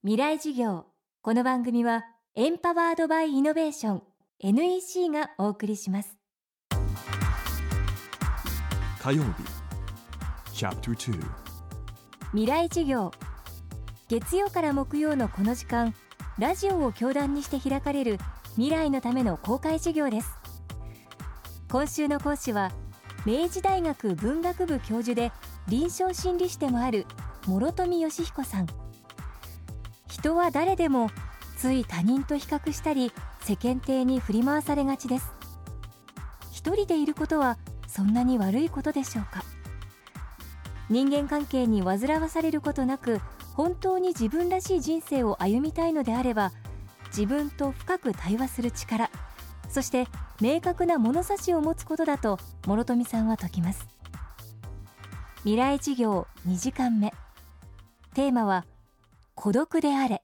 未来事業。この番組はエンパワードバイイノベーション NEC がお送りします。 火曜日チャプター2 未来事業。月曜から木曜のこの時間、ラジオを教壇にして開かれる未来のための公開授業です。今週の講師は明治大学文学部教授で臨床心理士でもある諸富義彦さん。人は誰でもつい他人と比較したり世間体に振り回されがちです。一人でいることはそんなに悪いことでしょうか。人間関係に煩わされることなく本当に自分らしい人生を歩みたいのであれば、自分と深く対話する力、そして明確な物差しを持つことだと諸富さんは説きます。未来事業2時間目、テーマは孤独であれ。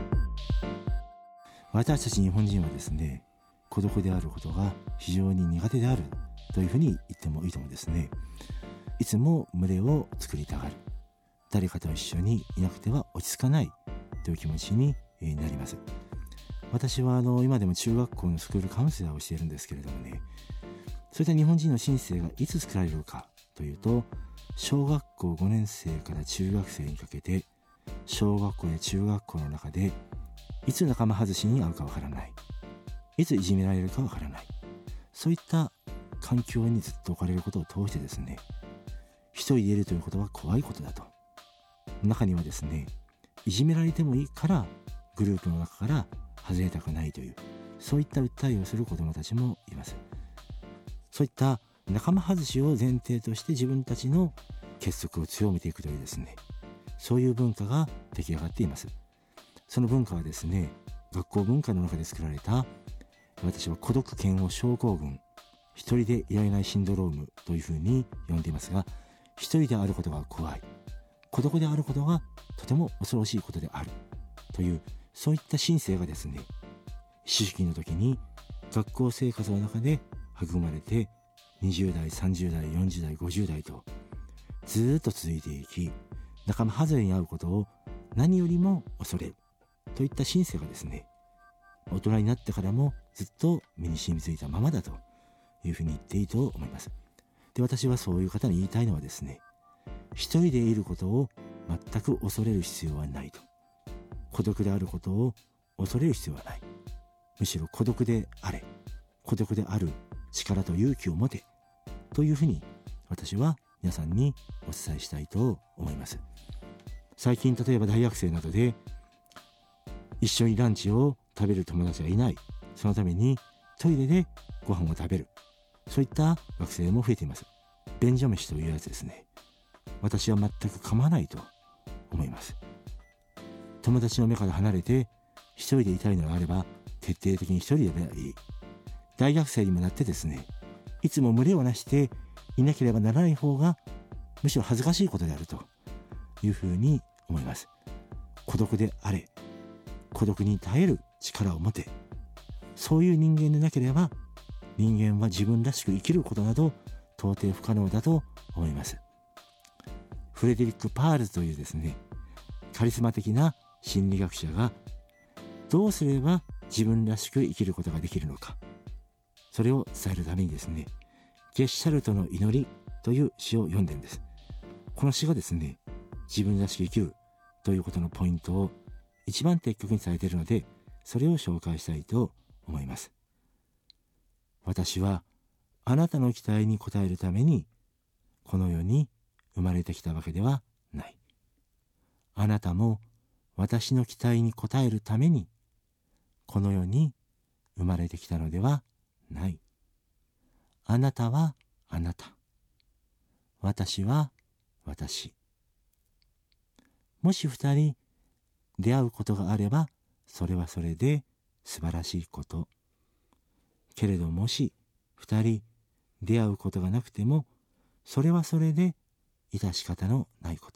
私たち日本人はですね、孤独であることが非常に苦手であるというふうに言ってもいいと思うんですね。いつも群れを作りたがる、誰かと一緒にいなくては落ち着かないという気持ちになります。私は今でも中学校のスクールカウンセラーをしているんですけれどもね、そういった日本人の新生がいつ作られるかというと、小学校5年生から中学生にかけて、小学校や中学校の中でいつ仲間外しに遭うかわからない、いついじめられるかわからない、そういった環境にずっと置かれることを通してですね、一人でいるということは怖いことだと。中にはですね、いじめられてもいいからグループの中から外れたくないという、そういった訴えをする子どもたちもいます。そういった仲間外しを前提として自分たちの結束を強めていくというですね、そういう文化が出来上がっています。その文化はですね、学校文化の中で作られた、私は孤独嫌悪症候群、一人でいられないシンドロームというふうに呼んでいますが、一人であることが怖い、孤独であることがとても恐ろしいことであるという、そういった心性がですね、思春期の時に学校生活の中で育まれて、20代、30代、40代、50代とずっと続いていき、仲間外れに遭うことを何よりも恐れるといった心性がですね、大人になってからもずっと身に染みついたままだというふうに言っていいと思います。で、私はそういう方に言いたいのはですね、一人でいることを全く恐れる必要はないと。孤独であることを恐れる必要はない。むしろ孤独であれ、孤独である力と勇気を持てというふうに、私は皆さんにお伝えしたいと思います。最近例えば大学生などで一緒にランチを食べる友達がいない、そのためにトイレでご飯を食べる、そういった学生も増えています。便所飯というやつですね。私は全く構わないと思います。友達の目から離れて一人でいたいのであれば、徹底的に一人でいい。大学生にもなってですね、いつも群れをなしていなければならない方がむしろ恥ずかしいことであるというふうに思います。孤独であれ、孤独に耐える力を持て、そういう人間でなければ、人間は自分らしく生きることなど到底不可能だと思います。フレデリック・パールズというですね、カリスマ的な心理学者が、どうすれば自分らしく生きることができるのか、それを伝えるためにですね、ゲッシャルトの祈りという詩を読んでるんです。この詩がですね、自分らしく生きるということのポイントを一番的確に伝えているので、それを紹介したいと思います。私はあなたの期待に応えるためにこの世に生まれてきたわけではない。あなたも私の期待に応えるためにこの世に生まれてきたのではない。あなたはあなた、私は私。もし二人出会うことがあれば、それはそれで素晴らしいこと。けれどもし二人出会うことがなくても、それはそれで致し方のないこと。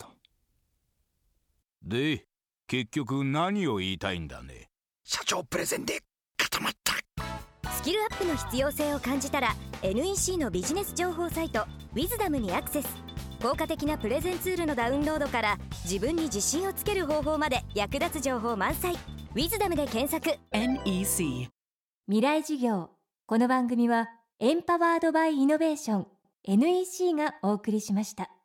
で、結局何を言いたいんだね。 社長プレゼンで固まった。 スキルアップの必要性を感じたら NEC のビジネス情報サイトウィズダムにアクセス。 効果的なプレゼンツールのダウンロードから自分に自信をつける方法まで役立つ情報満載。ウィズダムで検索。 NEC 未来授業。この番組はエンパワードバイイノベーション NEC がお送りしました。